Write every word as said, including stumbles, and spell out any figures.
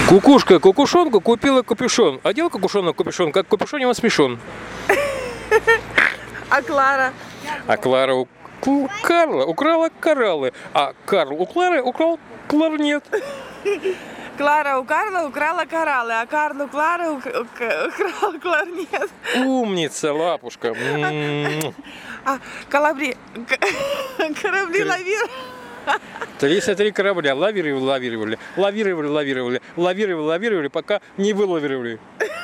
Кукушка кукушонку купила капюшон. Одел кукушонок капюшон, как капюшоне он смешон. А Клара? А Клара у Ку- Карла украла кораллы, а Карл у Клары украл кларнет. Клара у Карла украла кораллы, а Карл у Клары ук- ук- украл кларнет. Умница, лапушка. М-м-м. А Калабри... к- Корабли Кор- лавир... тридцать три корабля лавировали, лавировали, лавировали, лавировали, лавировали, лавировали, пока не вылавировали.